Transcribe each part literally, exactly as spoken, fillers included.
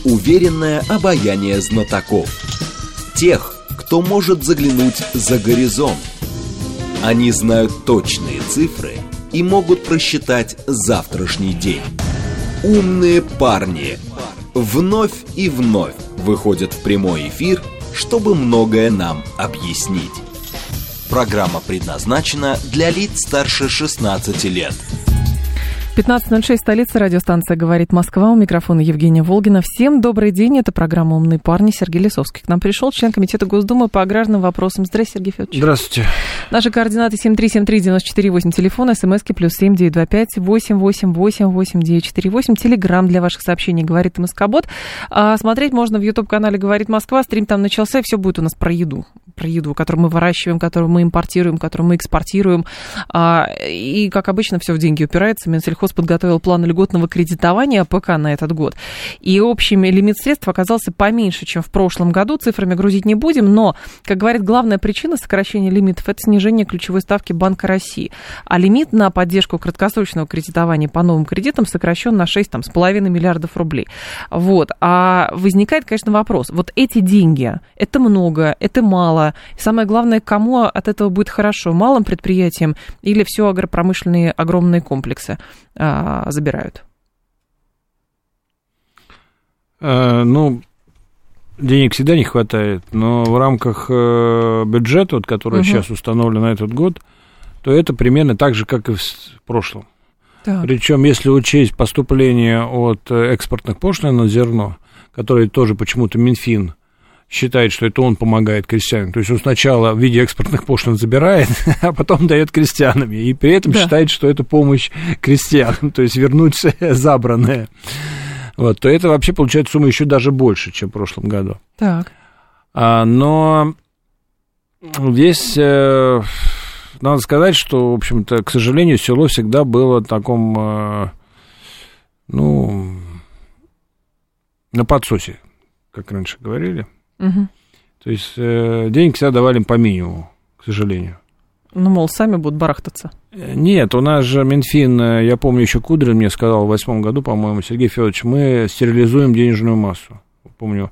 уверенное обаяние знатоков. Тех, кто может заглянуть за горизонт. Они знают точные цифры и могут просчитать завтрашний день. Умные парни вновь и вновь выходят в прямой эфир, чтобы многое нам объяснить. Программа предназначена для лиц старше шестнадцати лет. пятнадцать ноль шесть, столица, радиостанция «Говорит Москва». У микрофона Евгения Волгина. Всем добрый день. Это программа «Умные парни». Сергей Лисовский к нам пришел, член комитета Госдумы по аграрным вопросам. Здравствуйте, Сергей Федорович. Здравствуйте. Наши координаты семь три семь три девять четыре восемь, телефон, смски плюс семь девять два пять восемь восемь восемь восемь девять четыре восемь, телеграмм для ваших сообщений «Говорит Москобот». А смотреть можно в YouTube-канале «Говорит Москва». Стрим там начался, и все будет у нас про еду. Про еду, которую мы выращиваем, которую мы импортируем, которую мы экспортируем. А, и, как обычно, все в деньги упирается. Минсельхоз подготовил план льготного кредитования АПК на этот год. И общий лимит средств оказался поменьше, чем в прошлом году. Цифрами грузить не будем, но, как говорит, главная причина сокращения лимитов – это снижение ключевой ставки Банка России. А лимит на поддержку краткосрочного кредитования по новым кредитам сокращен на шесть целых пять десятых миллиардов рублей. Вот. А возникает, конечно, вопрос. Вот эти деньги – это много, это мало. И самое главное, кому от этого будет хорошо? Малым предприятиям или все агропромышленные огромные комплексы а, забирают? А, ну, денег всегда не хватает, но в рамках э, бюджета, вот, который угу. сейчас установлен на этот год, то это примерно так же, как и в прошлом. Так. Причем, если учесть поступление от экспортных пошлин на зерно, которые тоже почему-то Минфин считает, что это он помогает крестьянам. То есть он сначала в виде экспортных пошлин забирает, а потом дает крестьянам. И при этом да. считает, что это помощь крестьянам, то есть вернуть забранное. Вот, то это вообще получается сумма еще даже больше, чем в прошлом году. Так. А, но здесь э, надо сказать, что, в общем-то, к сожалению, село всегда было в таком, э, ну, на подсосе, как раньше говорили. Угу. То есть э, деньги всегда давали по минимуму, к сожалению. Ну, мол, сами будут барахтаться. Нет, у нас же Минфин, я помню, еще Кудрин мне сказал в восьмом году, по-моему, Сергей Федорович, мы стерилизуем денежную массу. Помню,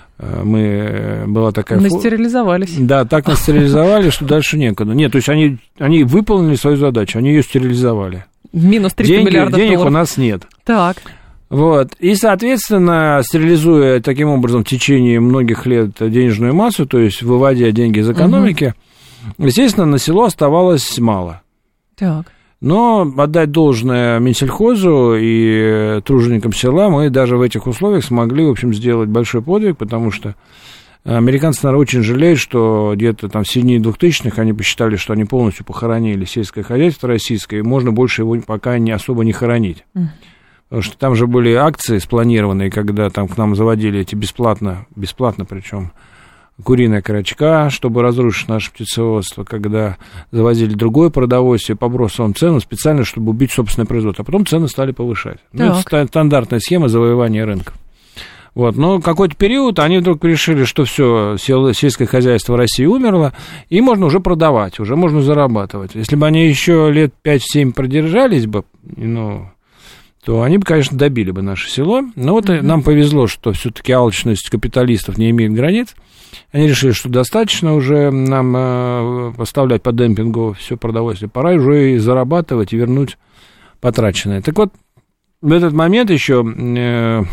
мы, была такая... Мы стерилизовались. Да, так нас стерилизовали, что дальше некуда. Нет, то есть они, они выполнили свою задачу, они ее стерилизовали. Минус триста миллиардов долларов. Денег у нас нет. Так. Вот, и, соответственно, стерилизуя таким образом в течение многих лет денежную массу, то есть выводя деньги из экономики, угу. естественно, на село оставалось мало. Так. Но отдать должное Минсельхозу и труженикам села мы даже в этих условиях смогли, в общем, сделать большой подвиг, потому что американцы, наверное, очень жалеют, что где-то там в середине двухтысячных они посчитали, что они полностью похоронили сельское хозяйство российское, и можно больше его пока не особо не хоронить. Угу. Потому что там же были акции спланированные, когда там к нам заводили эти бесплатно, бесплатно причем, куриная корочка, чтобы разрушить наше птицеводство, когда завозили другое продовольствие по бросовым ценам специально, чтобы убить собственное производство. А потом цены стали повышать. Ну, это стандартная схема завоевания рынков. Вот. Но какой-то период они вдруг решили, что все, сельское хозяйство России умерло, и можно уже продавать, уже можно зарабатывать. Если бы они еще лет пять-семь продержались бы, ну... то они бы, конечно, добили бы наше село. Но вот mm-hmm. нам повезло, что все-таки алчность капиталистов не имеет границ. Они решили, что достаточно уже нам э, поставлять по демпингу все продовольствие. Пора уже и зарабатывать, и вернуть потраченное. Так вот, в этот момент еще э,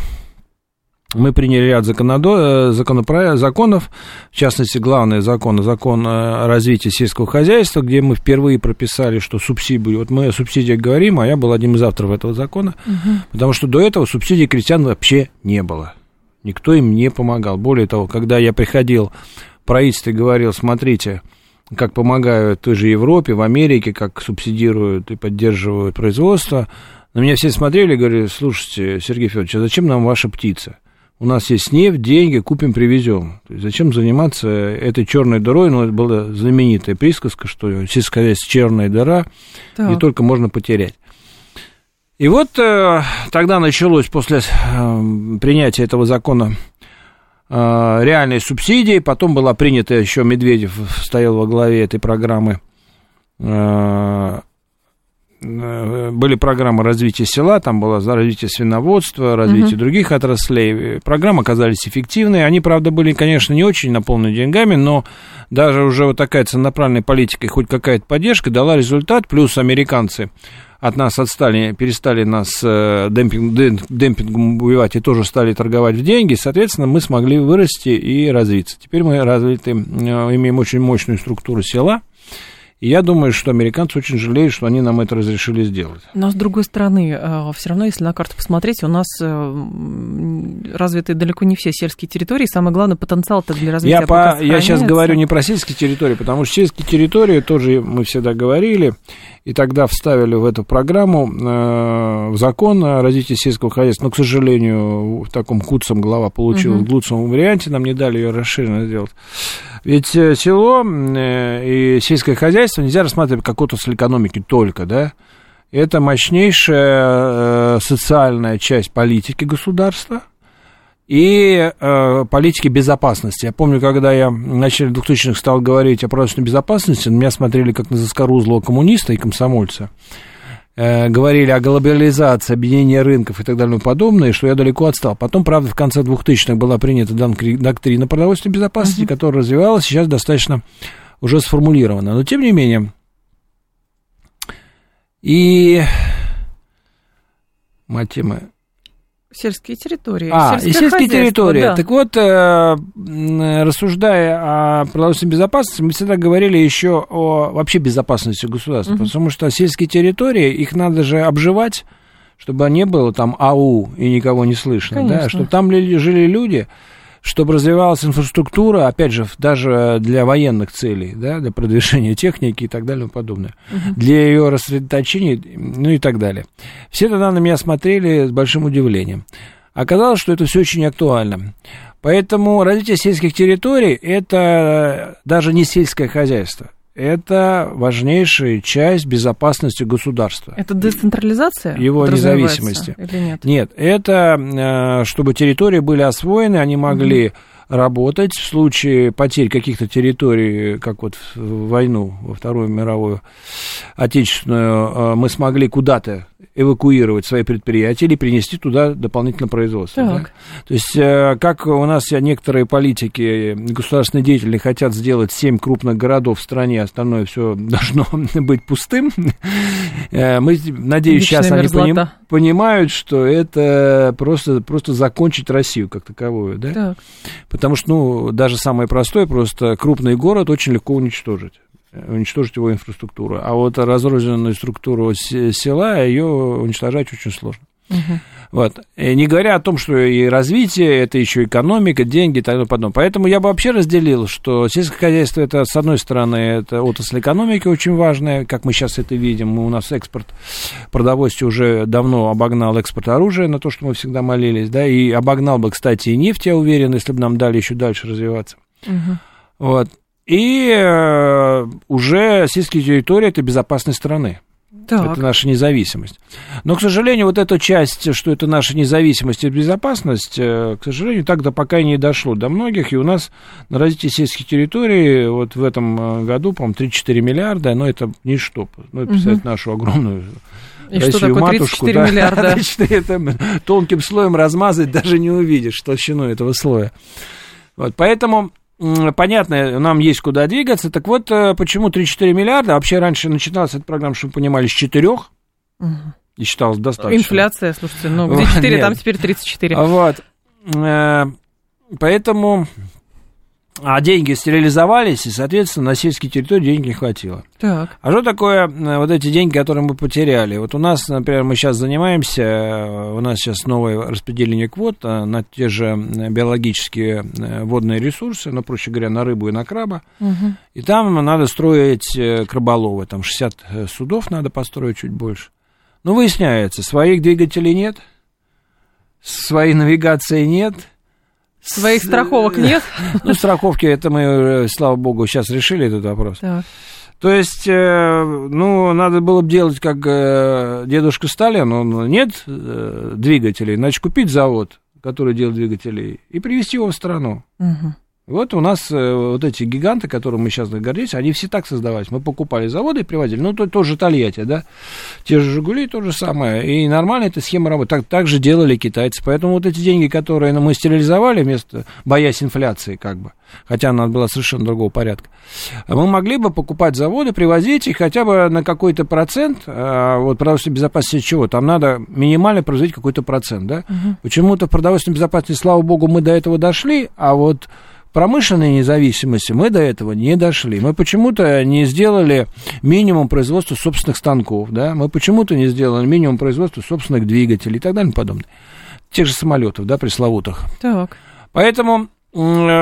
мы приняли ряд законодо... законов, в частности, главный закон, закон о развитии сельского хозяйства, где мы впервые прописали, что субсидии, вот мы о субсидиях говорим, а я был одним из авторов этого закона, угу. потому что до этого субсидий крестьян вообще не было. Никто им не помогал. Более того, когда я приходил в правительство и говорил, смотрите, как помогают в той же Европе, в Америке, как субсидируют и поддерживают производство, на меня все смотрели и говорили, слушайте, Сергей Федорович, а зачем нам ваша птица? У нас есть нефть, деньги, купим, привезем. То есть зачем заниматься этой черной дырой? Ну, это была знаменитая присказка, что сельское хозяйство черная дыра, так. и только можно потерять. И вот э, тогда началось после э, принятия этого закона э, реальные субсидии, потом была принята еще, Медведев стоял во главе этой программы, э, были программы развития села, там было развитие свиноводства, развитие uh-huh. других отраслей. Программы оказались эффективны. Они, правда, были, конечно, не очень наполнены деньгами, но даже уже вот такая целенаправленная политика и хоть какая-то поддержка дала результат. Плюс американцы от нас отстали, перестали нас демпинг, демпингом убивать и тоже стали торговать в деньги. Соответственно, мы смогли вырасти и развиться. Теперь мы развиты, имеем очень мощную структуру села. И я думаю, что американцы очень жалеют, что они нам это разрешили сделать. Но, с другой стороны, все равно, если на карту посмотреть, у нас развиты далеко не все сельские территории. Самое главное, потенциал-то для развития я, по, я сейчас говорю не про сельские территории, потому что сельские территории тоже мы всегда говорили, и тогда вставили в эту программу, в закон о развитии сельского хозяйства. Но, к сожалению, в таком куцом глава получилась, uh-huh. в глуцевом варианте, нам не дали ее расширенно сделать. Ведь село и сельское хозяйство нельзя рассматривать как отрасль экономики только, да? Это мощнейшая социальная часть политики государства и политики безопасности. Я помню, когда я в начале двухтысячных стал говорить о продовольственной безопасности, на меня смотрели как на заскорузлого коммуниста и комсомольца. Говорили о глобализации, объединении рынков и так далее и подобное, что я далеко отстал. Потом, правда, в конце двухтысячных была принята доктрина продовольственной безопасности, uh-huh. которая развивалась, сейчас достаточно уже сформулирована. Но, тем не менее, и... Мать темы... Сельские территории. А, и сельские территории. Да. Так вот, э, рассуждая о продовольственной безопасности, мы всегда говорили еще о вообще безопасности государства, uh-huh. потому что сельские территории, их надо же обживать, чтобы не было там ау и никого не слышно, да, чтобы там жили люди, чтобы развивалась инфраструктура, опять же, даже для военных целей, да, для продвижения техники и так далее и подобное, uh-huh. для ее рассредоточения, ну и так далее. Все тогда на меня смотрели с большим удивлением. Оказалось, что это все очень актуально. Поэтому развитие сельских территорий – это даже не сельское хозяйство. Это важнейшая часть безопасности государства. Это децентрализация? Его независимости. Или нет? Нет, это чтобы территории были освоены, они могли угу. работать в случае потерь каких-то территорий, как вот в войну, во Вторую мировую Отечественную, мы смогли куда-то эвакуировать свои предприятия или принести туда дополнительное производство. Да? То есть, как у нас некоторые политики, государственные деятели хотят сделать семь крупных городов в стране, остальное все должно быть пустым, мы, надеюсь, Вечная сейчас мерзлота. Они поним, понимают, что это просто, просто закончить Россию как таковую. Да? Так. Потому что, ну, даже самое простое, просто крупный город очень легко уничтожить. уничтожить его инфраструктуру. А вот разрозненную структуру села, ее уничтожать очень сложно. Uh-huh. Вот. И не говоря о том, что и развитие, это еще экономика, деньги и так далее. Поэтому я бы вообще разделил, что сельское хозяйство, это, с одной стороны, это отрасль экономики очень важная, как мы сейчас это видим. У нас экспорт продовольствия уже давно обогнал экспорт оружия, на то, что мы всегда молились, да, и обогнал бы, кстати, и нефть, я уверен, если бы нам дали еще дальше развиваться. Uh-huh. Вот. И э, уже сельские территории – это безопасность страны. Так. Это наша независимость. Но, к сожалению, вот эта часть, что это наша независимость и безопасность, к сожалению, так до пока и не дошло до многих. И у нас на развитие сельских территорий вот в этом году, по-моему, три-четыре миллиарда, но это ничто. Ну, это представляет угу. нашу огромную и Россию, что такое матушку, тридцать четыре да, миллиарда? Это тонким слоем размазать даже не увидишь толщину этого слоя. Вот, поэтому... Понятно, нам есть куда двигаться. Так вот, почему три-четыре миллиарда? Вообще раньше начиналась эта программа, чтобы вы понимали, с четырех. Угу. И считалось достаточно. Инфляция, слушайте, ну где четыре, там теперь тридцать четыре. Вот. Поэтому... А деньги стерилизовались, и, соответственно, на сельские территории денег не хватило. Так. А что такое вот эти деньги, которые мы потеряли? Вот у нас, например, мы сейчас занимаемся, у нас сейчас новое распределение квот на те же биологические водные ресурсы, ну, проще говоря, на рыбу и на краба. Угу. И там надо строить краболовы, там шестьдесят судов надо построить, чуть больше. Ну, выясняется, своих двигателей нет, своей навигации нет. Своих страховок нет? Ну, страховки, это мы, слава богу, сейчас решили этот вопрос. Так. То есть, ну, надо было бы делать, как дедушка Сталин, он нет двигателей, значит, купить завод, который делает двигатели, и привезти его в страну. Угу. Вот у нас вот эти гиганты, которым мы сейчас гордимся, они все так создавались. Мы покупали заводы и привозили. Ну, то, тоже Тольятти, да. Те же «Жигули», то же самое. И нормально эта схема работает. Так, так же делали китайцы. Поэтому вот эти деньги, которые мы стерилизовали, вместо, боясь инфляции, как бы, хотя она была совершенно другого порядка, мы могли бы покупать заводы, привозить их хотя бы на какой-то процент. Вот продовольственной безопасности чего? Там надо минимально производить какой-то процент, да. Угу. Почему-то в продовольственной безопасности, слава богу, мы до этого дошли, а вот промышленной независимости мы до этого не дошли. Мы почему-то не сделали минимум производства собственных станков, да? Мы почему-то не сделали минимум производства собственных двигателей и так далее и подобное. Тех же самолетов, да, пресловутых. Так. Поэтому э,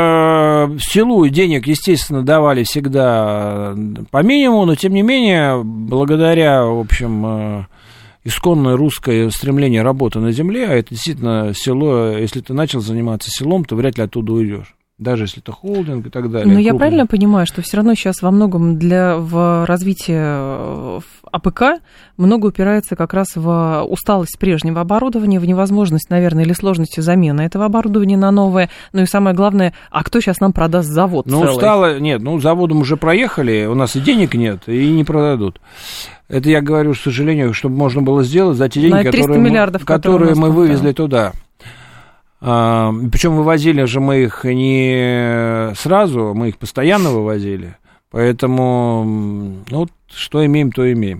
силу денег, естественно, давали всегда по минимуму, но, тем не менее, благодаря, в общем, э, исконное русское стремление работы на земле, а это действительно село, если ты начал заниматься селом, то вряд ли оттуда уйдешь. Даже если это холдинг и так далее. Но я правильно понимаю, что все равно сейчас во многом для в развитии АПК много упирается как раз в усталость прежнего оборудования, в невозможность, наверное, или сложности замены этого оборудования на новое. Ну и самое главное, а кто сейчас нам продаст завод ну, целый? Ну, устало, нет, ну, заводом уже проехали, у нас и денег нет, и не продадут. Это я говорю, к сожалению, чтобы можно было сделать за те деньги, которые, миллиардов, мы, которые мы вывезли туда. А, причем вывозили же мы их не сразу, мы их постоянно вывозили. Поэтому, ну, что имеем, то имеем.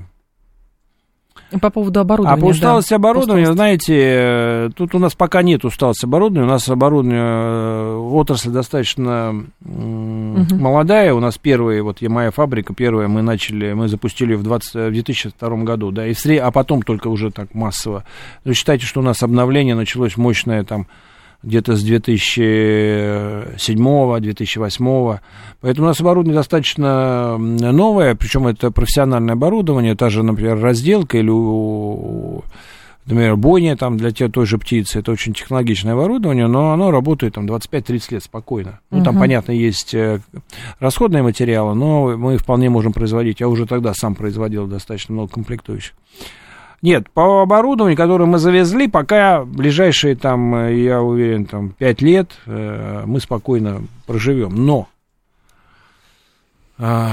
По поводу оборудования. А по усталости да, оборудования, усталость. Знаете, тут у нас пока нет усталости оборудования. У нас оборудование, отрасль достаточно угу. молодая. У нас первая, вот моя фабрика первая, мы начали, мы запустили в, двадцать, в две тысячи втором году, да, и в сред... а потом только уже так массово. Вы считайте, что у нас обновление началось мощное там где-то с две тысячи седьмого - две тысячи восьмого. Поэтому у нас оборудование достаточно новое, причем это профессиональное оборудование, та же, например, разделка или, например, бойня там для те, той же птицы, это очень технологичное оборудование, но оно работает там двадцать пять - тридцать лет спокойно. Ну, там, uh-huh. понятно, есть расходные материалы, но мы вполне можем производить. Я уже тогда сам производил достаточно много комплектующих. Нет, по оборудованию, которое мы завезли, пока ближайшие, там, я уверен, там, пять лет э, мы спокойно проживем. Но э,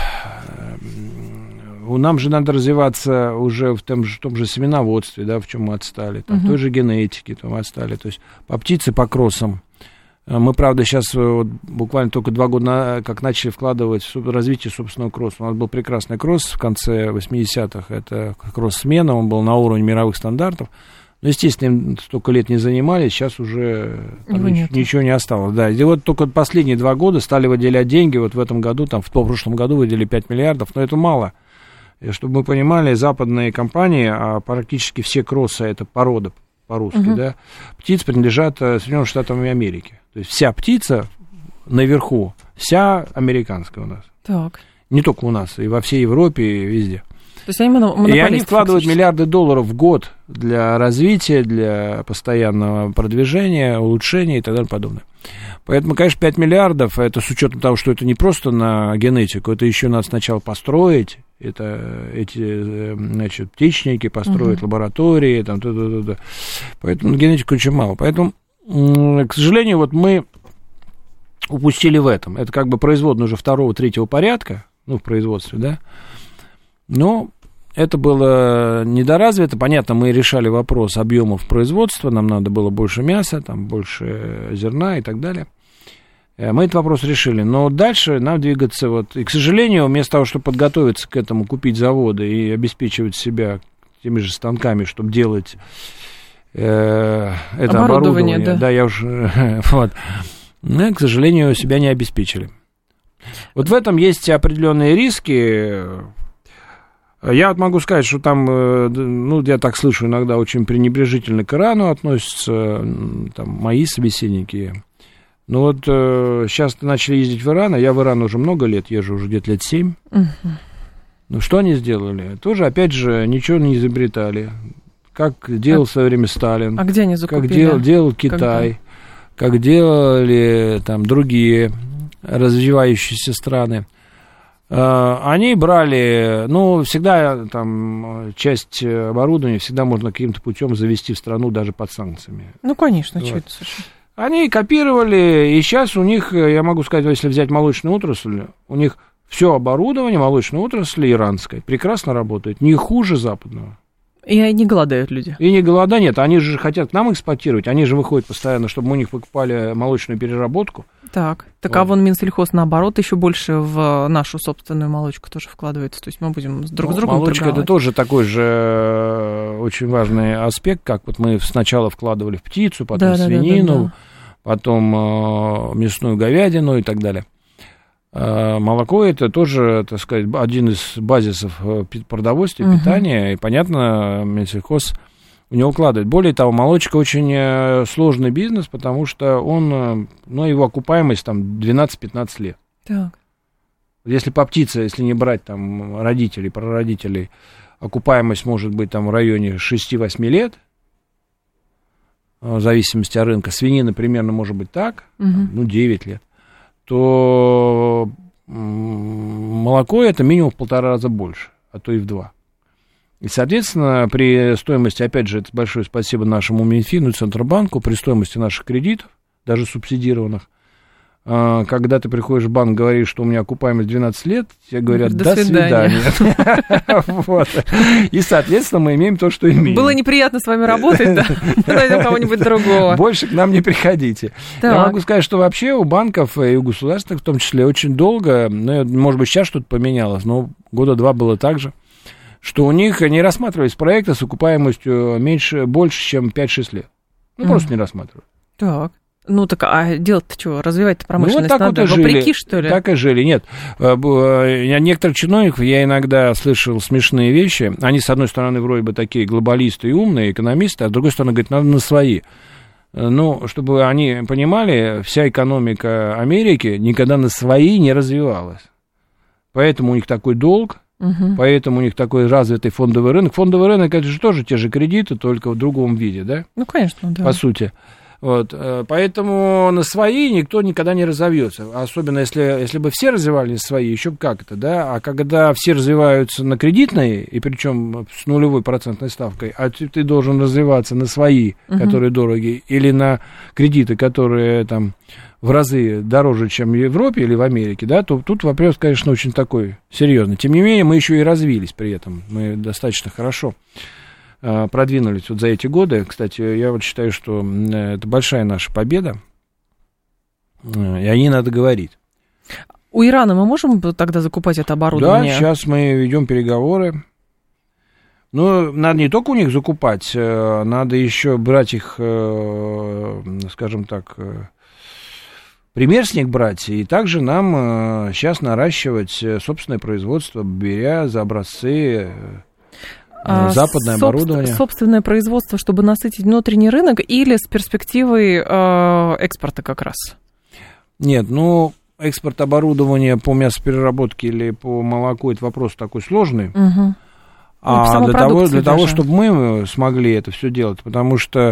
нам же надо развиваться уже в том же, в том же семеноводстве, да, в чем мы отстали, там, uh-huh. в той же генетике там, мы отстали. То есть по птице, по кроссам. Мы, правда, сейчас вот, буквально только два года как начали вкладывать в развитие собственного кросса. У нас был прекрасный кросс в конце восьмидесятых, это кросс-смена, он был на уровне мировых стандартов. Но, естественно, им столько лет не занимались, сейчас уже там, ничего, ничего не осталось. Да. И вот только последние два года стали выделять деньги, вот в этом году, там, в прошлом году выделили пять миллиардов, но это мало. И чтобы мы понимали, западные компании, а практически все кроссы, это порода по-русски, uh-huh. да, птиц принадлежат Соединенным Штатам Америки. То есть вся птица наверху, вся американская у нас. Так. Не только у нас, и во всей Европе, и везде. То есть они монополисты. И они вкладывают миллиарды долларов в год для развития, для постоянного продвижения, улучшения и так далее подобное. Поэтому, конечно, пять миллиардов, это с учетом того, что это не просто на генетику, это еще надо сначала построить, это эти, значит, птичники построить, uh-huh. лаборатории, там, т-т-т-т. Поэтому генетики очень мало. Поэтому, к сожалению, вот мы упустили в этом. Это как бы производная уже второго, третьего порядка, ну, в производстве, да. Но это было недоразвито. Понятно, мы решали вопрос объемов производства, нам надо было больше мяса, там, больше зерна и так далее. Мы этот вопрос решили, но дальше нам двигаться, вот, и, к сожалению, вместо того, чтобы подготовиться к этому, купить заводы и обеспечивать себя теми же станками, чтобы делать э, это оборудование, оборудование да. да, я уже, вот, мы, к сожалению, себя не обеспечили. Вот в этом есть определенные риски. Я вот могу сказать, что там, ну, я так слышу, иногда очень пренебрежительно к Ирану относятся, там, мои собеседники. Ну вот э, сейчас начали ездить в Иран, а я в Иран уже много лет езжу, уже где-то лет семь. Uh-huh. Ну что они сделали? Тоже, опять же, ничего не изобретали. Как делал а, в свое время Сталин. А где они закупили? Как делал, делал Китай. Когда? Как делали там другие развивающиеся страны. Э, они брали, ну, всегда там часть оборудования всегда можно каким-то путем завести в страну даже под санкциями. Ну, конечно, вот. Что это совершенно. Они копировали, и сейчас у них, я могу сказать, если взять молочную отрасль, у них все оборудование молочной отрасли иранской прекрасно работает, не хуже западного. И не голодают люди. И не голода нет, они же хотят к нам экспортировать, они же выходят постоянно, чтобы мы у них покупали молочную переработку. Так, так вот. А вон Минсельхоз, наоборот, еще больше в нашу собственную молочку тоже вкладывается, то есть мы будем друг ну, с другом молочка торговать. Это тоже такой же очень важный аспект, как вот мы сначала вкладывали в птицу, потом да, свинину, да, да, да. потом э, мясную говядину и так далее. Молоко – это тоже, так сказать, один из базисов продовольствия, uh-huh. питания, и, понятно, Минсельхоз в него вкладывает. Более того, молочка очень сложный бизнес, потому что он, ну, его окупаемость там двенадцать-пятнадцать лет. Так. Если по птице, если не брать там родителей, прародителей, окупаемость может быть там в районе шесть-восемь лет, в зависимости от рынка. Свинина примерно может быть так, uh-huh. ну, девять лет. То молоко это минимум в полтора раза больше, а то и в два. И, соответственно, при стоимости, опять же, это большое спасибо нашему Минфину и Центробанку, при стоимости наших кредитов, даже субсидированных, когда ты приходишь в банк, говоришь, что у меня окупаемость двенадцать лет, тебе говорят, до, до свидания. И, соответственно, мы имеем то, что имеем. Было неприятно с вами работать, да? Мы найдем кого-нибудь другого. Больше к нам не приходите. Я могу сказать, что вообще у банков и у государственных, в том числе, очень долго, ну, может быть, сейчас что-то поменялось, но года два было так же, что у них не рассматривались проекты с окупаемостью меньше, больше, чем пять-шесть лет. Ну, просто не рассматривали. Так. Ну, так, а делать-то что? Развивать-то промышленность ну, вот так надо? Вот Вопреки, жили, что ли? Так и жили. Нет, некоторых чиновников я иногда слышал смешные вещи. Они, с одной стороны, вроде бы такие глобалисты и умные, экономисты, а с другой стороны, говорят, надо на свои. Ну, чтобы они понимали, вся экономика Америки никогда на свои не развивалась. Поэтому у них такой долг, угу. поэтому у них такой развитый фондовый рынок. Фондовый рынок, это же тоже те же кредиты, только в другом виде, да? Ну, конечно, да. По сути. Вот, поэтому на свои никто никогда не разовьется, особенно если, если бы все развивали свои, еще как-то, да, а когда все развиваются на кредитные, и причем с нулевой процентной ставкой, а ты, ты должен развиваться на свои, uh-huh. которые дороги, или на кредиты, которые там в разы дороже, чем в Европе или в Америке, да, то тут вопрос, конечно, очень такой серьезный. Тем не менее, мы еще и развились при этом, мы достаточно хорошо продвинулись вот за эти годы. Кстати, я вот считаю, что это большая наша победа, и о ней надо говорить. У Ирана мы можем тогда закупать это оборудование? Да, сейчас мы ведем переговоры. Но надо не только у них закупать, надо еще брать их, скажем так, пример с них брать, и также нам сейчас наращивать собственное производство, беря за образцы западное Соб- оборудование. Собственное производство, чтобы насытить внутренний рынок, или с перспективой э, экспорта как раз? Нет, ну, экспорт оборудования по мясопереработке или по молоку, это вопрос такой сложный. Угу. А для того, для того, чтобы мы смогли это все делать, потому что,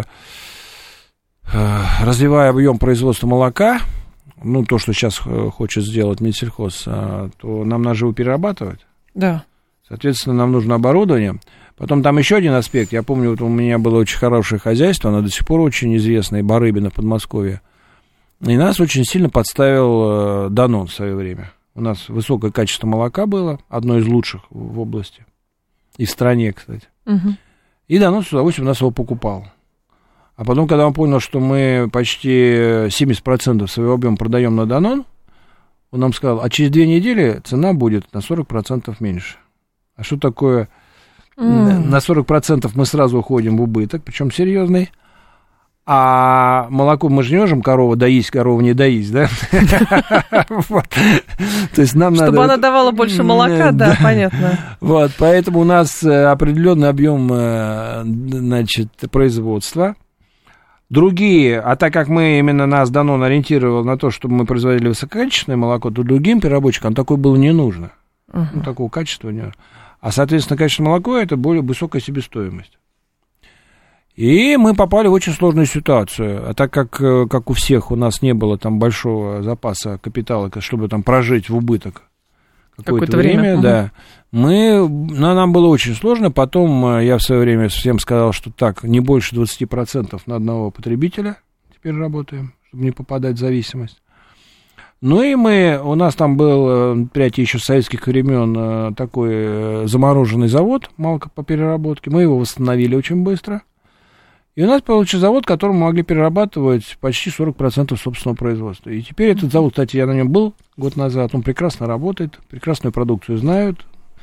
э, развивая объем производства молока, ну, то, что сейчас хочет сделать Минсельхоз, а, то нам надо же его перерабатывать. Да. Соответственно, нам нужно оборудование. Потом там еще один аспект. Я помню, вот у меня было очень хорошее хозяйство, оно до сих пор очень известное, Барыбино в Подмосковье. И нас очень сильно подставил Данон в свое время. У нас высокое качество молока было, одно из лучших в области. И в стране, кстати. Угу. И Данон с удовольствием у нас его покупал. А потом, когда он понял, что мы почти семьдесят процентов своего объема продаем на Данон, он нам сказал, а через две недели цена будет на сорок процентов меньше. А что такое? Mm. На сорок процентов мы сразу уходим в убыток, причем серьезный. А молоко мы же не можем корову доить, корову не доить, да? То есть нам надо... Чтобы она давала больше молока, да, понятно. Вот, поэтому у нас определенный объем, значит, производства. Другие, а так как мы именно нас Данон ориентировал на то, чтобы мы производили высококачественное молоко, то другим переработчикам такое было не нужно. Ну, такого качества не нужно. А, соответственно, качественное молоко – это более высокая себестоимость. И мы попали в очень сложную ситуацию. А так как, как у всех, у нас не было там большого запаса капитала, чтобы там прожить в убыток какое-то, какое-то время, время да, угу. мы, ну, нам было очень сложно. Потом я в свое время всем сказал, что так, не больше двадцать процентов на одного потребителя теперь работаем, чтобы не попадать в зависимость. Ну и мы, у нас там был, предприятие еще с советских времен, такой замороженный завод, малко по переработке. Мы его восстановили очень быстро. И у нас получился завод, в котором мы могли перерабатывать почти сорок процентов собственного производства. И теперь этот завод, кстати, я на нем был год назад, он прекрасно работает, прекрасную продукцию знают.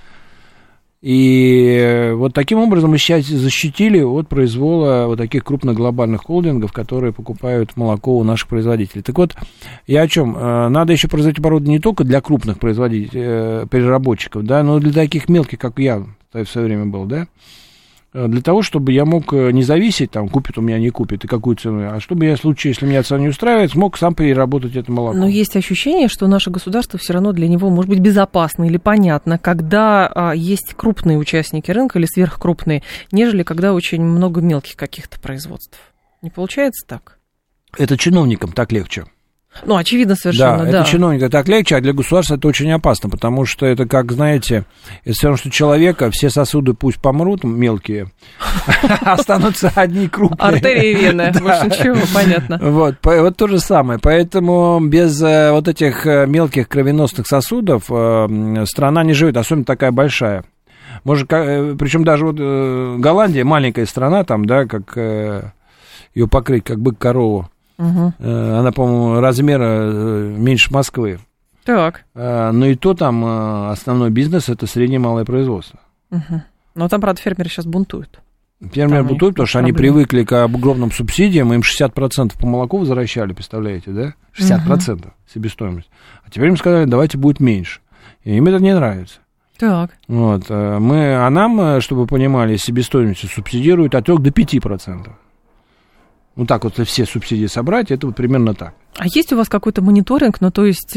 И вот таким образом мы сейчас защитили от произвола вот таких крупных глобальных холдингов, которые покупают молоко у наших производителей. Так вот, я о чем? Надо еще производить оборудование не только для крупных производителей, переработчиков, да, но и для таких мелких, как я в свое время был, да, для того, чтобы я мог не зависеть, там, купит у меня, не купит, и какую цену, а чтобы я в случае, если меня цена не устраивает, смог сам переработать это молоко. Но есть ощущение, что наше государство все равно для него может быть безопасно или понятно, когда а, есть крупные участники рынка или сверхкрупные, нежели когда очень много мелких каких-то производств. Не получается так? Это чиновникам так легче. Ну, очевидно совершенно, да. да. Это чиновника так легче, а для государства это очень опасно, потому что это, как, знаете, это все равно, что человека, все сосуды пусть помрут, мелкие, останутся одни крупные. Артерии и вены, больше ничего, понятно. Вот, вот то же самое, поэтому без вот этих мелких кровеносных сосудов страна не живет, особенно такая большая. Может, причем даже вот Голландия, маленькая страна, там, да, как ее покрыть, как бык-корову. Угу. Она, по-моему, размера меньше Москвы. Так. Но и то там основной бизнес – это среднее и малое производство. Угу. Но там, правда, фермеры сейчас бунтуют. Фермеры там бунтуют, потому что проблемы. Они привыкли к огромным субсидиям, им шестьдесят процентов по молоку возвращали, представляете, да? шестьдесят процентов угу. себестоимость. А теперь им сказали, давайте будет меньше. И им это не нравится. Так. Вот. Мы, а нам, чтобы вы понимали, себестоимость субсидируют от трёх до пяти процентов. Ну, так вот, если все субсидии собрать, это вот примерно так. А есть у вас какой-то мониторинг, ну, то есть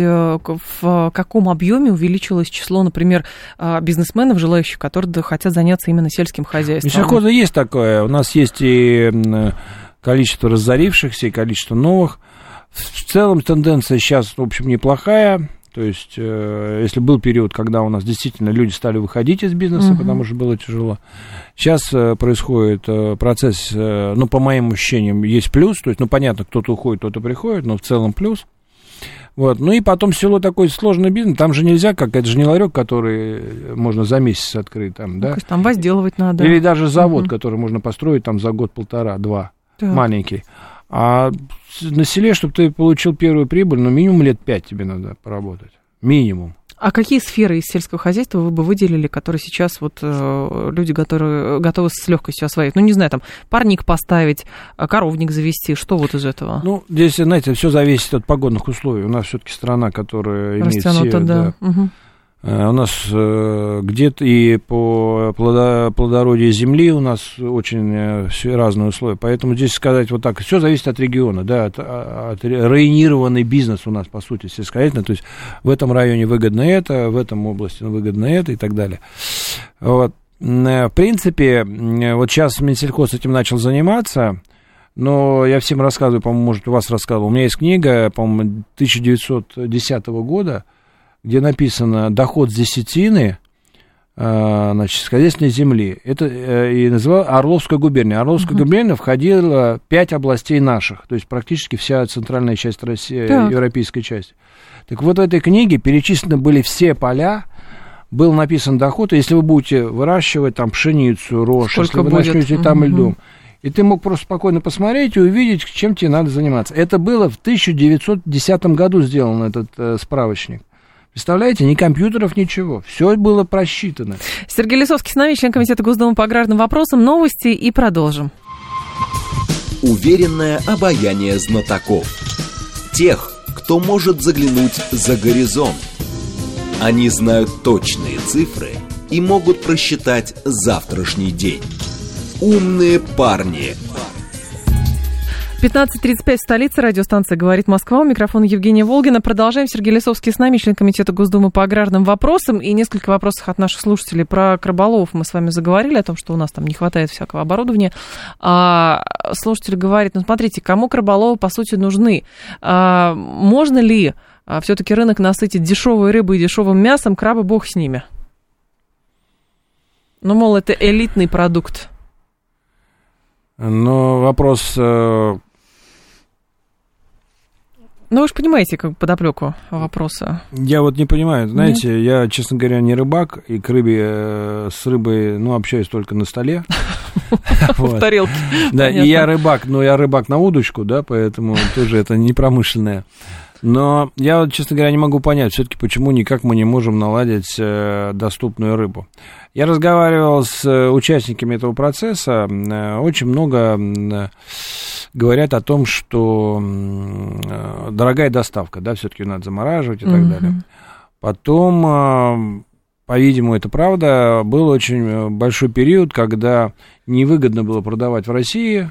в каком объеме увеличилось число, например, бизнесменов, желающих, которые хотят заняться именно сельским хозяйством? Сельхоза есть такое. У нас есть и количество разорившихся, и количество новых. В целом тенденция сейчас, в общем, неплохая. То есть, э, если был период, когда у нас действительно люди стали выходить из бизнеса, uh-huh. потому что было тяжело, сейчас э, происходит э, процесс, э, ну, по моим ощущениям, есть плюс, то есть, ну, понятно, кто-то уходит, кто-то приходит, но в целом плюс. Вот. Ну, и потом село такой сложный бизнес, там же нельзя, как, это же не ларек, который можно за месяц открыть, там, да? То есть, там возделывать надо. Или даже завод, uh-huh. который можно построить там за год-полтора, два, так. маленький. А на селе, чтобы ты получил первую прибыль, ну, минимум лет пять тебе надо поработать. Минимум. А какие сферы из сельского хозяйства вы бы выделили, которые сейчас вот э, люди готовы, готовы с легкостью освоить? Ну, не знаю, там, парник поставить, коровник завести, что вот из этого? Ну, здесь, знаете, все зависит от погодных условий. У нас все-таки страна, которая имеет все... да. да. Угу. У нас э, где-то и по плодо, плодородию земли у нас очень э, разные условия. Поэтому здесь сказать вот так, все зависит от региона, да, от, от районированный бизнес у нас, по сути, сельскохозяйственный. То есть в этом районе выгодно это, в этом области выгодно это и так далее. Вот. В принципе, вот сейчас Минсельхоз этим начал заниматься. Но я всем рассказываю, по-моему, может, у вас рассказывал. У меня есть книга, по-моему, тысяча девятьсот десятого года, где написано «Доход с десятины, значит, с хозяйственной земли». Это и называлось Орловская губерния. Орловская uh-huh. губерния входила пять областей наших, то есть практически вся центральная часть России, так. европейская часть. Так вот, в этой книге перечислены были все поля, был написан доход, и если вы будете выращивать там пшеницу, рожь, сколько если вы будет? начнете там uh-huh. льдом, и ты мог просто спокойно посмотреть и увидеть, чем тебе надо заниматься. Это было в тысяча девятьсот десятом году сделан этот э, справочник. Представляете, ни компьютеров, ничего. Все было просчитано. Сергей Лисовский с нами, член комитета Госдумы по аграрным вопросам. Новости и продолжим. Уверенное обаяние знатоков. Тех, кто может заглянуть за горизонт. Они знают точные цифры и могут просчитать завтрашний день. Умные парни. пятнадцать тридцать пять в столице, радиостанция «Говорит Москва». У микрофона Евгения Волгина. Продолжаем. Сергей Лисовский с нами, член комитета Госдумы по аграрным вопросам. И несколько вопросов от наших слушателей. Про краболовов мы с вами заговорили, о том, что у нас там не хватает всякого оборудования. А, слушатель говорит, ну смотрите, кому краболовы по сути нужны? А, можно ли а, все-таки рынок насытить дешевой рыбой и дешевым мясом? Крабы бог с ними. Ну, мол, это элитный продукт. Но вопрос... Ну, вы же понимаете, как подоплеку вопроса. Я вот не понимаю, знаете, Нет? я, честно говоря, не рыбак, и к рыбе, с рыбой, ну, общаюсь только на столе. В тарелке. Да, и я рыбак, но я рыбак на удочку, да, поэтому тоже это не промышленное. Но я, вот, честно говоря, не могу понять, все-таки почему никак мы не можем наладить э, доступную рыбу. Я разговаривал с участниками этого процесса, э, очень много э, говорят о том, что э, дорогая доставка, да, все-таки надо замораживать и так mm-hmm. далее. Потом, э, по-видимому, это правда, был очень большой период, когда невыгодно было продавать в России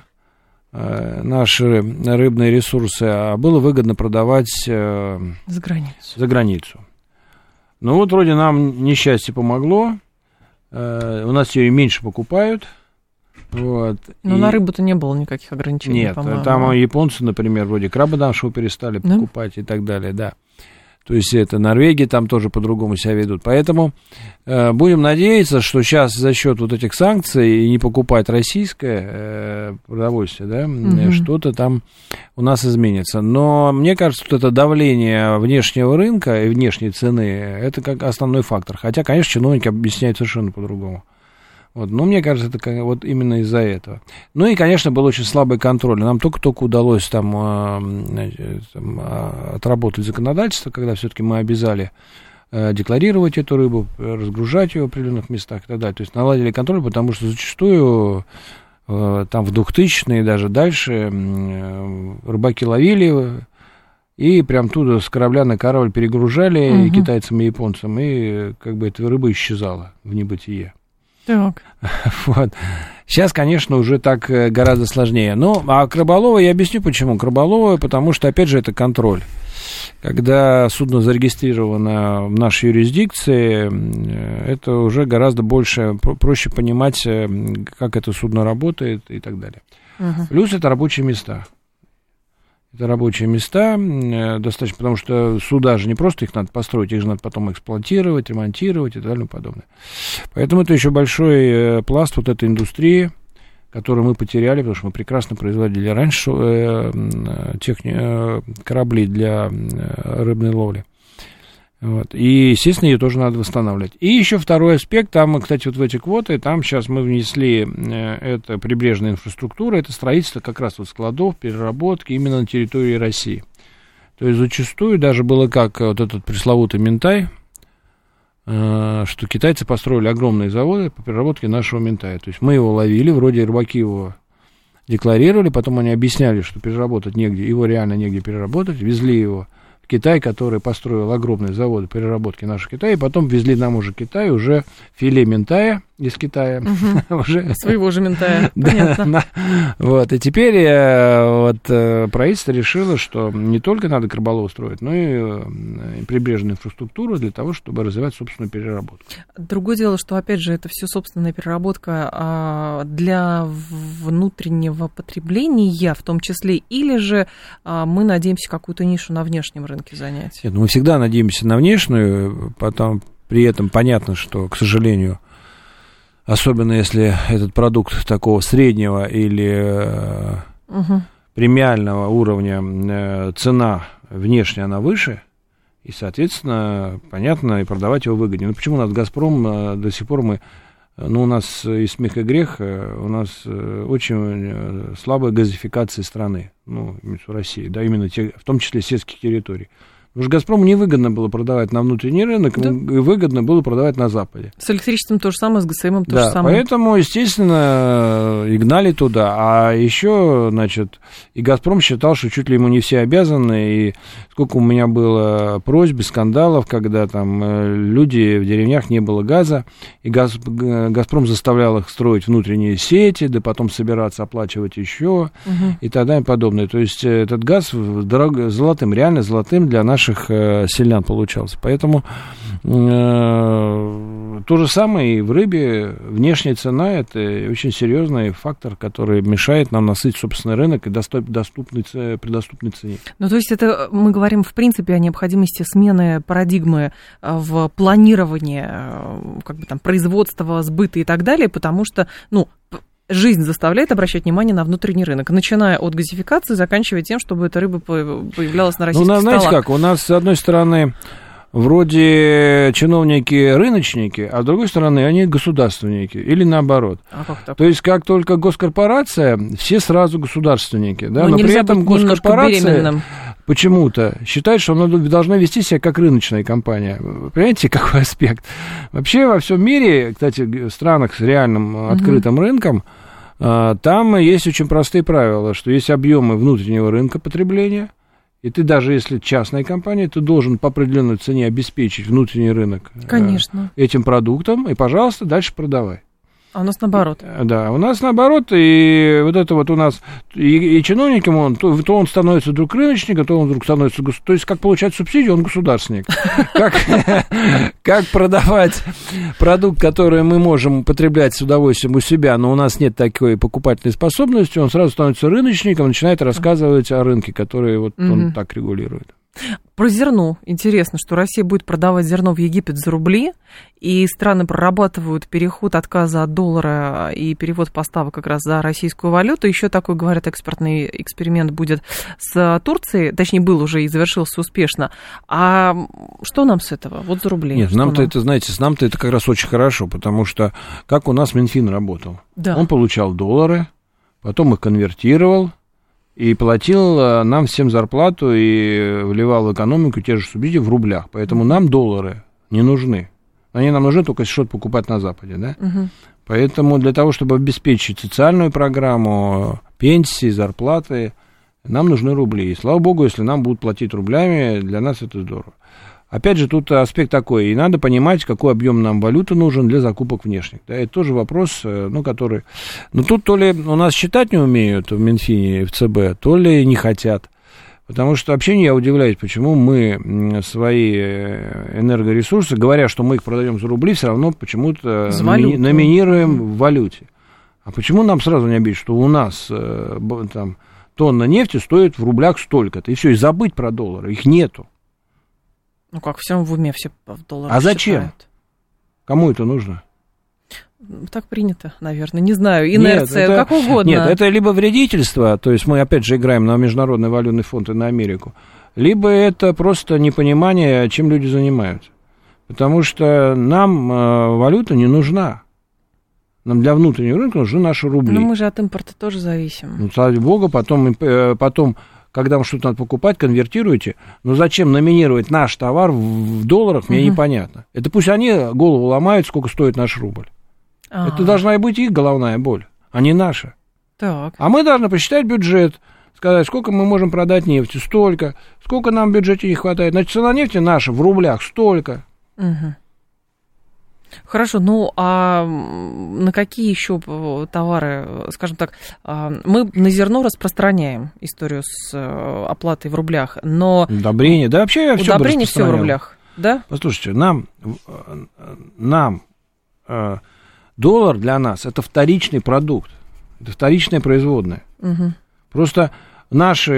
наши рыбные ресурсы, а было выгодно продавать э, за границу. За границу. Ну вот вроде нам несчастье помогло, э, у нас ее и меньше покупают. Вот, но и... на рыбу-то не было никаких ограничений, Нет, по-моему. Там японцы, например, вроде краба нашего перестали да? покупать и так далее, да. То есть это Норвегия там тоже по-другому себя ведут. Поэтому э, будем надеяться, что сейчас за счет вот этих санкций и не покупать российское э, продовольствие, да, угу. что-то там у нас изменится. Но мне кажется, что это давление внешнего рынка и внешней цены, это как основной фактор. Хотя, конечно, чиновники объясняют совершенно по-другому. Вот, но мне кажется, это вот именно из-за этого. Ну и, конечно, был очень слабый контроль. Нам только-только удалось там, там отработать законодательство, когда все-таки мы обязали декларировать эту рыбу, разгружать ее в определенных местах и так далее. То есть наладили контроль, потому что зачастую там в двухтысячные и даже дальше рыбаки ловили и прям туда с корабля на корабль перегружали угу. и китайцам, и японцам, и как бы эта рыба исчезала в небытие. Так. Вот. Сейчас, конечно, уже так гораздо сложнее. Ну, а к рыболову я объясню, почему. К рыболову, потому что, опять же, это контроль. Когда судно зарегистрировано в нашей юрисдикции, это уже гораздо больше, проще понимать, как это судно работает и так далее. Uh-huh. Плюс это рабочие места. Это рабочие места достаточно, потому что суда же не просто их надо построить, их же надо потом эксплуатировать, ремонтировать и так далее и подобное. Поэтому это еще большой пласт вот этой индустрии, которую мы потеряли, потому что мы прекрасно производили раньше техни... корабли для рыбной ловли. Вот. И, естественно, ее тоже надо восстанавливать. И еще второй аспект, там, кстати, вот в эти квоты, там сейчас мы внесли, это прибрежная инфраструктура, это строительство как раз вот складов, переработки именно на территории России. То есть зачастую даже было как вот этот пресловутый Минтай, что китайцы построили огромные заводы по переработке нашего Минтая. То есть мы его ловили, вроде рыбаки его декларировали, потом они объясняли, что переработать негде, его реально негде переработать, везли его Китай, который построил огромные заводы переработки нашего Китая, и потом везли нам уже Китай, уже филе Минтая из Китая. Угу. уже... Своего же Минтая, понятно. Вот, и теперь вот, правительство решило, что не только надо к рыболову строить, но и прибрежную инфраструктуру для того, чтобы развивать собственную переработку. Другое дело, что, опять же, это все собственная переработка для внутреннего потребления в том числе, или же мы надеемся какую-то нишу на внешнем рынке занять? Нет, ну мы всегда надеемся на внешнюю, потом при этом понятно, что, к сожалению, особенно если этот продукт такого среднего или угу. премиального уровня, цена внешняя, она выше, и, соответственно, понятно, и продавать его выгоднее. Ну, почему у нас «Газпром» до сих пор мы... Ну, у нас и смех, и грех, у нас очень слабая газификация страны, ну, в России, да, именно те, в том числе сельских территорий. Потому что «Газпрому» невыгодно было продавать на внутренний рынок, да. И выгодно было продавать на Западе. С электричеством то же самое, с ГСМом то да, же самое. Поэтому, естественно, и гнали туда. А еще, значит, и «Газпром» считал, что чуть ли ему не все обязаны. И сколько у меня было просьб, скандалов, когда там люди в деревнях не было газа, и газ, «Газпром» заставлял их строить внутренние сети, да потом собираться оплачивать еще, угу. и так далее и подобное. То есть этот газ дорог, золотым, реально золотым для наших селян получался. Поэтому э, то же самое и в рыбе. Внешняя цена – это очень серьезный фактор, который мешает нам насытить собственный рынок и доступ, доступный, при доступной цене. Ну, то есть это мы говорим, в принципе, о необходимости смены парадигмы в планировании как бы, там, производства, сбыта и так далее, потому что, ну, жизнь заставляет обращать внимание на внутренний рынок, начиная от газификации, заканчивая тем, чтобы эта рыба появлялась на российских ну, столах. Знаете как, у нас, с одной стороны, вроде чиновники-рыночники, а с другой стороны, они государственники, или наоборот. А как так? То есть, как только госкорпорация, все сразу государственники, да, но, но при этом госкорпорация почему-то считает, что она должна вести себя как рыночная компания. Понимаете, какой аспект? Вообще во всем мире, кстати, в странах с реальным uh-huh. открытым рынком, там есть очень простые правила, что есть объемы внутреннего рынка потребления, и ты даже если частная компания, ты должен по определенной цене обеспечить внутренний рынок Конечно. этим продуктом, и, пожалуйста, дальше продавай. А у нас наоборот. Да, у нас наоборот, и вот это вот у нас, и, и чиновником он, то, то он становится вдруг рыночником, то он вдруг становится, то есть как получать субсидию, он государственник. Как продавать продукт, который мы можем потреблять с удовольствием у себя, но у нас нет такой покупательной способности, он сразу становится рыночником, начинает рассказывать о рынке, который вот он так регулирует. Про зерно. Интересно, что Россия будет продавать зерно в Египет за рубли, и страны прорабатывают переход отказа от доллара и перевод поставок как раз за российскую валюту. Еще такой, говорят, экспортный эксперимент будет с Турцией, точнее, был уже и завершился успешно. А что нам с этого? Вот за рубли. Нет, что нам-то нам? это, знаете, с нам-то это как раз очень хорошо, потому что как у нас Минфин работал. Да. Он получал доллары, потом их конвертировал, и платил нам всем зарплату и вливал в экономику те же субсидии в рублях. Поэтому нам доллары не нужны. Они нам нужны только если что-то покупать на Западе, да? Угу. Поэтому для того, чтобы обеспечить социальную программу, пенсии, зарплаты, нам нужны рубли. И слава богу, если нам будут платить рублями, для нас это здорово. Опять же, тут аспект такой, и надо понимать, какой объем нам валюты нужен для закупок внешних. Да, это тоже вопрос, ну, который... Ну, тут то ли у нас считать не умеют в Минфине и в ЦБ, то ли не хотят. Потому что вообще я удивляюсь, почему мы свои энергоресурсы, говоря, что мы их продаем за рубли, все равно почему-то номи- номинируем в валюте. А почему нам сразу не объяснить, что у нас там тонна нефти стоит в рублях столько-то, и все, и забыть про доллары, их нету. Ну как, всем в уме все в долларах А зачем? считают. Кому это нужно? Так принято, наверное, не знаю, инерция, нет, это, как угодно. Нет, это либо вредительство, то есть мы опять же играем на Международный валютный фонд и на Америку, либо это просто непонимание, чем люди занимаются. Потому что нам э, валюта не нужна. Нам для внутреннего рынка нужны наши рубли. Но мы же от импорта тоже зависим. Ну, слава богу, потом, э, потом когда вам что-то надо покупать, конвертируете. Но зачем номинировать наш товар в, в долларах, мне угу. непонятно. Это пусть они голову ломают, сколько стоит наш рубль. А-а-а. Это должна быть их головная боль, а не наша. Так. А мы должны посчитать бюджет, сказать, сколько мы можем продать нефти, столько, сколько нам в бюджете не хватает. Значит, цена нефти наша в рублях столько. Угу. Хорошо, ну а на какие еще товары, скажем так, мы на зерно распространяем историю с оплатой в рублях, но... Удобрение, да вообще все Удобрение все в рублях, да? Послушайте, нам, нам доллар для нас это вторичный продукт, это вторичное производное. Угу. Просто наши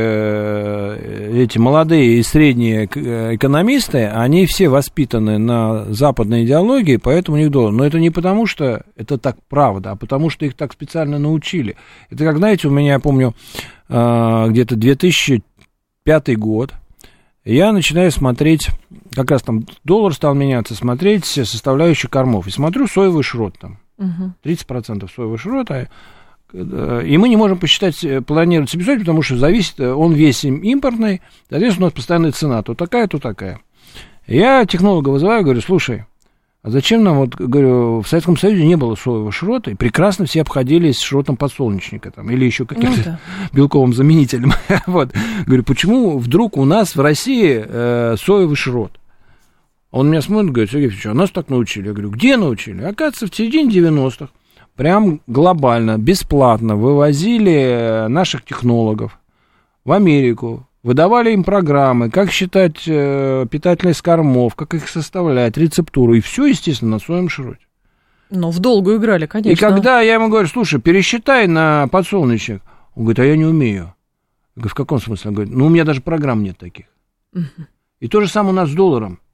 эти молодые и средние экономисты, они все воспитаны на западной идеологии, поэтому у них доллар. Но это не потому, что это так правда, а потому, что их так специально научили. Это как, знаете, у меня, я помню, где-то две тысячи пятый год, я начинаю смотреть, как раз там доллар стал меняться, смотреть составляющие кормов. И смотрю соевый шрот там, угу. тридцать процентов соевого шрота. И мы не можем посчитать, планировать себе, потому что зависит, он весь импортный, соответственно, у нас постоянная цена, то такая, то такая. Я технолога вызываю, говорю, слушай, а зачем нам, вот, говорю, в Советском Союзе не было соевого шрота, и прекрасно все обходились шротом подсолнечника, там, или еще каким-то ну, да. белковым заменителем. Вот. Говорю, почему вдруг у нас в России э, соевый шрот? Он меня смотрит, говорит, Сергей Федорович, а нас так научили. Я говорю, где научили? Оказывается, в середине девяностых прям глобально, бесплатно вывозили наших технологов в Америку, выдавали им программы, как считать э, питательность кормов, как их составлять, рецептуру, и все, естественно, на соевом шроте. Ну, в долгу играли, конечно. И когда я ему говорю, слушай, пересчитай на подсолнечник, он говорит, а я не умею. Я говорю, в каком смысле? Он говорит, ну, у меня даже программ нет таких. Угу. И то же самое у нас с долларом.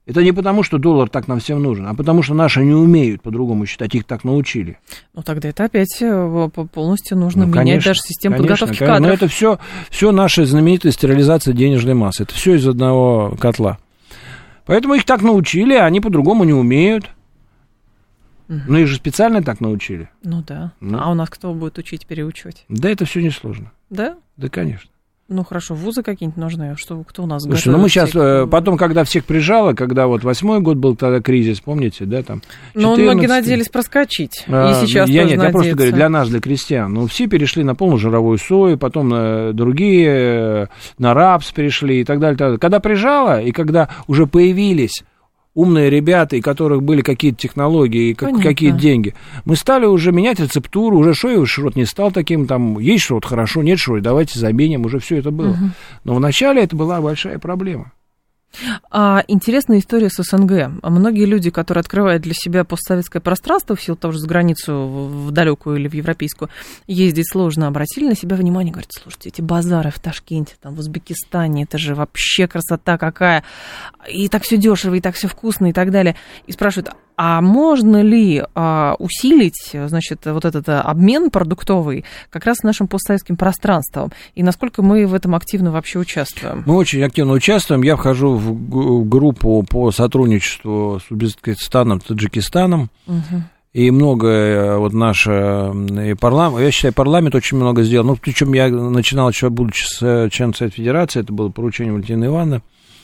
Это не потому, что доллар так нам всем нужен, а потому, что наши не умеют по-другому считать, их так научили. Ну, тогда это опять полностью нужно ну, менять конечно, даже систему конечно, подготовки конечно. кадров. Но это все, все наша знаменитая стерилизация денежной массы. Это все из одного котла. Поэтому их так научили, а они по-другому не умеют. Угу. Ну, их же специально так научили. Ну, да. Ну. А у нас кто будет учить, переучивать? Да, это все несложно. Да? Да, конечно. Ну, хорошо, вузы какие-нибудь нужны, что, кто у нас готовит? Слушайте, ну мы сейчас, к... потом, когда всех прижало, когда вот восьмой год был тогда кризис, помните, да, там, ну, многие надеялись проскочить, а, и сейчас я тоже нет, надеются. Я просто говорю, для нас, для крестьян, ну, все перешли на полножировую сою, потом на другие, на рапс перешли и так далее, так далее. Когда прижало, и когда уже появились умные ребята, и у которых были какие-то технологии, и какие-то деньги. Мы стали уже менять рецептуру, уже шоевый шрот не стал таким, там, есть шрот, хорошо, нет шрот, давайте заменим, уже все это было. Угу. Но вначале это была большая проблема. А, интересная история с СНГ. Многие люди, которые открывают для себя постсоветское пространство, в силу того, что за границу, в далекую или в европейскую, ездить сложно, обратили на себя внимание, говорят, слушайте, эти базары в Ташкенте, там, в Узбекистане, это же вообще красота какая, и так все дешево, и так все вкусно, и так далее. И спрашивают, а можно ли а, усилить, значит, вот этот обмен продуктовый как раз с нашим постсоветским пространством? И насколько мы в этом активно вообще участвуем? Мы очень активно участвуем. Я вхожу в группу по сотрудничеству с Узбекистаном, Таджикистаном. Угу. И много вот наше и парламент, я считаю, парламент очень много сделал. Ну, причем я начинал еще, будучи членом Совета Федерации, это было поручение Валентины Ивановны.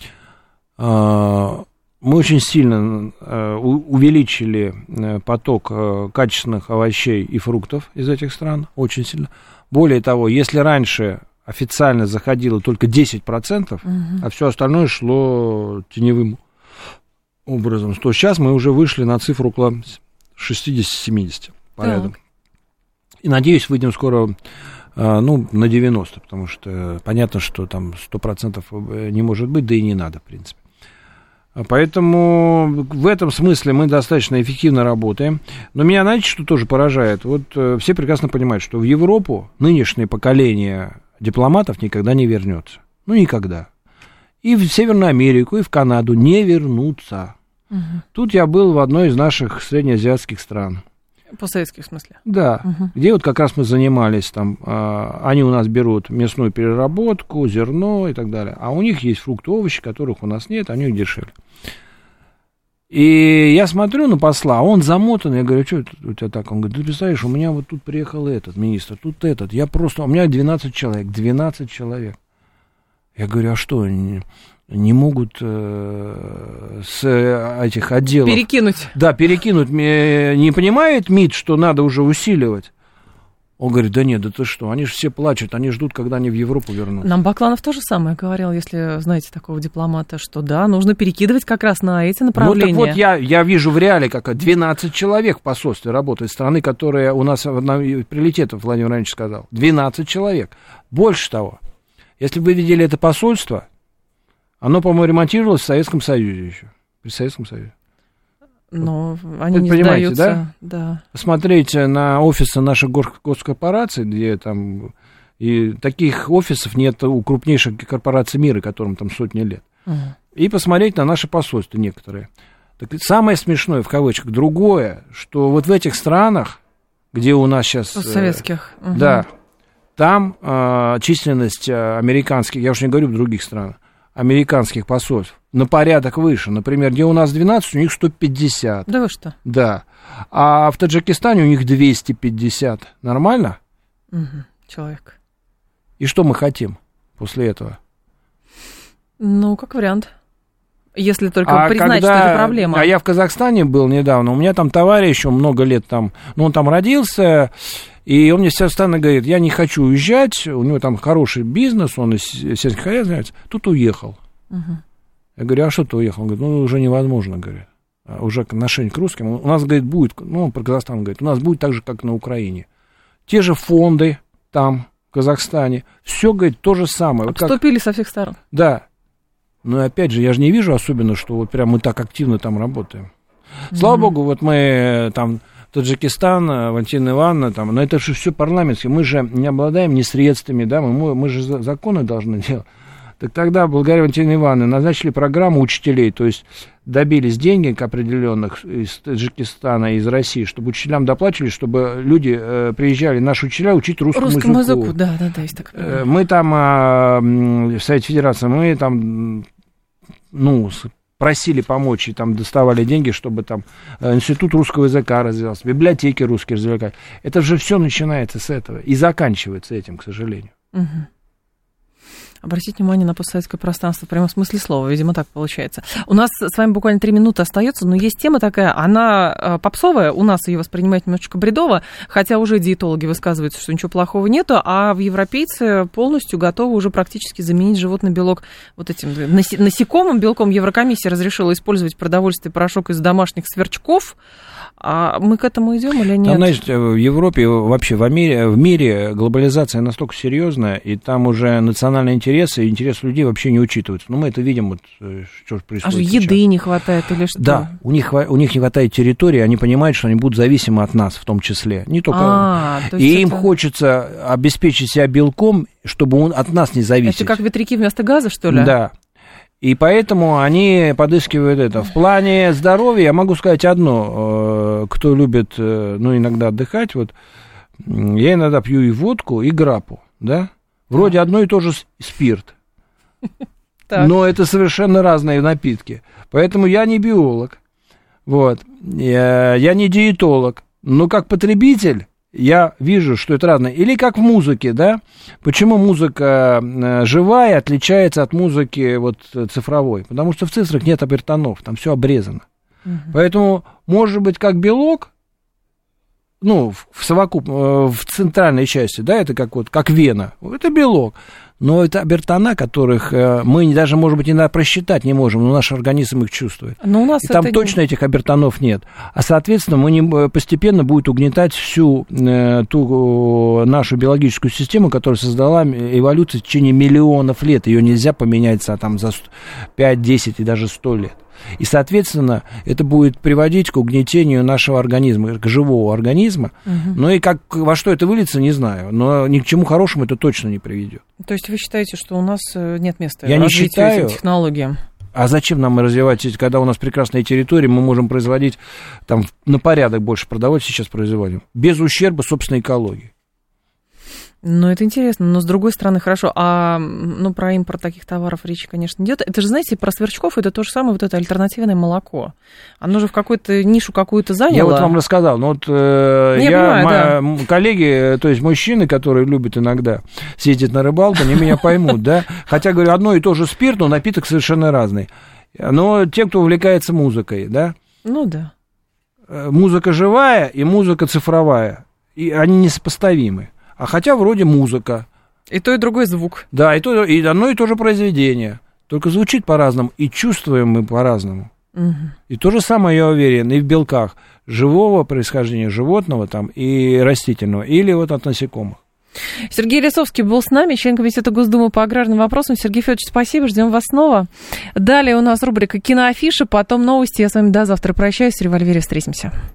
Мы очень сильно э, увеличили поток э, качественных овощей и фруктов из этих стран, очень сильно. Более того, если раньше официально заходило только десять процентов, угу. а все остальное шло теневым образом, то сейчас мы уже вышли на цифру около шестьдесят-семьдесят порядок. И, надеюсь, выйдем скоро э, ну, на девяносто, потому что понятно, что там сто процентов не может быть, да и не надо, в принципе. Поэтому в этом смысле мы достаточно эффективно работаем. Но меня, знаете, что тоже поражает? Вот э, все прекрасно понимают, что в Европу нынешнее поколение дипломатов никогда не вернется. Ну, никогда. И в Северную Америку, и в Канаду не вернутся. Угу. Тут я был в одной из наших среднеазиатских стран. Постсоветских, в смысле? Да, угу. Где вот как раз мы занимались, там, э, они у нас берут мясную переработку, зерно и так далее, а у них есть фрукты, овощи, которых у нас нет, они у них дешевле. И я смотрю на посла, он замотан, я говорю, что у тебя так? Он говорит, ты представляешь, у меня вот тут приехал этот министр, тут этот, я просто, у меня двенадцать человек, двенадцать человек. Я говорю, а что, они не могут э, с этих отделов... Перекинуть. Да, перекинуть. Не понимает МИД, что надо уже усиливать? Он говорит, да нет, да ты что, они же все плачут, они ждут, когда они в Европу вернутся. Нам Бакланов тоже самое говорил, если знаете такого дипломата, что да, нужно перекидывать как раз на эти направления. Ну так вот, я, я вижу в реале, как двенадцать человек в посольстве работает, страны, которая у нас прилетит, Владимир Владимирович сказал, двенадцать человек. Больше того, если бы вы видели это посольство, оно, по-моему, ремонтировалось в Советском Союзе еще, при Советском Союзе. Но они это не понимаете, сдаются. Да? Да. Посмотрите на офисы наших госкорпораций, где там... И таких офисов нет у крупнейших корпораций мира, которым там сотни лет. Угу. И посмотреть на наши посольства некоторые. Так, самое смешное, в кавычках, другое, что вот в этих странах, где у нас сейчас... Советских. Э, угу. Да. Там э, численность американских, я уж не говорю в других странах, американских посольств на порядок выше. Например, где у нас двенадцать, у них сто пятьдесят. Да вы что? Да. А в Таджикистане у них двести пятьдесят. Нормально? Угу. Человек. И что мы хотим после этого? Ну, как вариант. Если только а признать, когда, что это проблема. А я в Казахстане был недавно, у меня там товарищ, он много лет там, ну, он там родился, и он мне постоянно говорит, я не хочу уезжать, у него там хороший бизнес, он из сельских хозяйств занимается, тут уехал. Угу. Я говорю, а что ты уехал? Он говорит, ну, уже невозможно, говорит, уже отношение к русским. У нас, говорит, будет, ну, про Казахстан говорит, у нас будет так же, как на Украине. Те же фонды там, в Казахстане, все, говорит, то же самое. Обступили вот как... со всех сторон. Да. Но опять же, я же не вижу особенно, что вот прям мы так активно там работаем. Mm-hmm. Слава богу, вот мы там, Таджикистан, Валентина Ивановна, там, но это же все парламентское, мы же не обладаем ни средствами, да, мы, мы же законы должны делать. Так тогда, благодаря Валентине Ивановне, назначили программу учителей, то есть добились денег определенных из Таджикистана, из России, чтобы учителям доплачивали, чтобы люди э, приезжали, наши учителя, учить русскому, русскому языку. языку. Да, да, да, есть такая. Э, мы там, э, в Совете Федерации, мы там, ну, просили помочь, и там доставали деньги, чтобы там институт русского языка развивался, библиотеки русские развивались. Это же все начинается с этого и заканчивается этим, к сожалению. Угу. Обратите внимание на постсоветское пространство в прямом смысле слова, видимо, так получается. У нас с вами буквально три минуты остается, но есть тема такая, она попсовая, у нас ее воспринимают немножечко бредово, хотя уже диетологи высказываются, что ничего плохого нету, а в европейцы полностью готовы уже практически заменить животный белок вот этим насекомым белком. Еврокомиссия разрешила использовать в продовольствии порошок из домашних сверчков. А мы к этому идем или нет? Там, знаете, в Европе, вообще в мире, в мире глобализация настолько серьезная, и там уже национальные интересы и интересы людей вообще не учитываются. Ну, мы это видим, вот, что происходит. А же сейчас. Еды не хватает или что? Да, у них, у них не хватает территории, они понимают, что они будут зависимы от нас в том числе. Не только... А, то есть и это... им хочется обеспечить себя белком, чтобы он от нас не зависел. Это как ветряки вместо газа, что ли? Да. И поэтому они подыскивают это. В плане здоровья я могу сказать одно. Кто любит, ну, иногда отдыхать, вот, я иногда пью и водку, и граппу, да? Вроде одно и то же спирт. Но это совершенно разные напитки. Поэтому я не биолог, вот. Я, я не диетолог. Но как потребитель... Я вижу, что это разное. Или как в музыке, да? Почему музыка живая отличается от музыки вот цифровой? Потому что в цифрах нет обертонов, там все обрезано. Угу. Поэтому, может быть, как белок, ну, в совокуп... в центральной части, да, это как вот, как вена, это белок. Но это обертона, которых мы даже, может быть, иногда просчитать не можем, но наш организм их чувствует. Но у нас и там точно не... этих обертонов нет. А, соответственно, мы не, постепенно будет угнетать всю э, ту нашу биологическую систему, которая создала эволюцию в течение миллионов лет. Ее нельзя поменять за, там, за пять, десять и даже сто лет. И, соответственно, это будет приводить к угнетению нашего организма, к живого организма. Угу. Ну и как, во что это выльется, не знаю. Но ни к чему хорошему это точно не приведет. То есть вы считаете, что у нас нет места Я развитию не считаю, этим технологиям? А зачем нам развивать, когда у нас прекрасные территории, мы можем производить там на порядок больше продовольствия сейчас производим, без ущерба собственной экологии. Ну, это интересно, но с другой стороны, хорошо, а ну, про импорт таких товаров речи, конечно, идет. Это же, знаете, про сверчков это то же самое, вот это альтернативное молоко. Оно же в какую-то нишу какую-то заняло. Я вот вам рассказал, но вот э, я, понимаю, мои, да. коллеги, то есть мужчины, которые любят иногда съездить на рыбалку, они меня поймут, да, хотя, говорю, одно и то же спирт, но напиток совершенно разный. Но те, кто увлекается музыкой, да. Ну, да. Музыка живая и музыка цифровая, и они несопоставимы. А хотя вроде музыка. И то, и другой звук. Да, и, то, и одно и то же произведение. Только звучит по-разному, и чувствуем мы по-разному. Угу. И то же самое, я уверен, и в белках живого происхождения, животного там, и растительного, или вот от насекомых. Сергей Лисовский был с нами, член комитета Госдумы по аграрным вопросам. Сергей Федорович, спасибо, ждем вас снова. Далее у нас рубрика «Киноафиша», потом новости. Я с вами до завтра прощаюсь. В «Револьвере» встретимся.